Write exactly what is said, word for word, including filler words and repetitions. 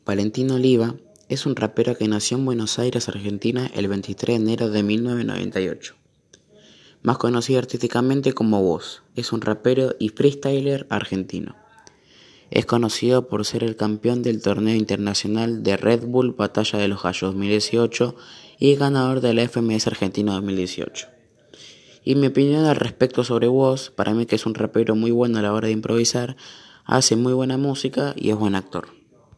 Valentín Oliva es un rapero que nació en Buenos Aires, Argentina, el veintitrés de enero de mil novecientos noventa y ocho. Más conocido artísticamente como Woz, es un rapero y freestyler argentino. Es conocido por ser el campeón del torneo internacional de Red Bull Batalla de los Gallos dos mil dieciocho y ganador de la F M S Argentina dos mil dieciocho. Y mi opinión al respecto sobre Woz, para mí que es un rapero muy bueno a la hora de improvisar, hace muy buena música y es buen actor.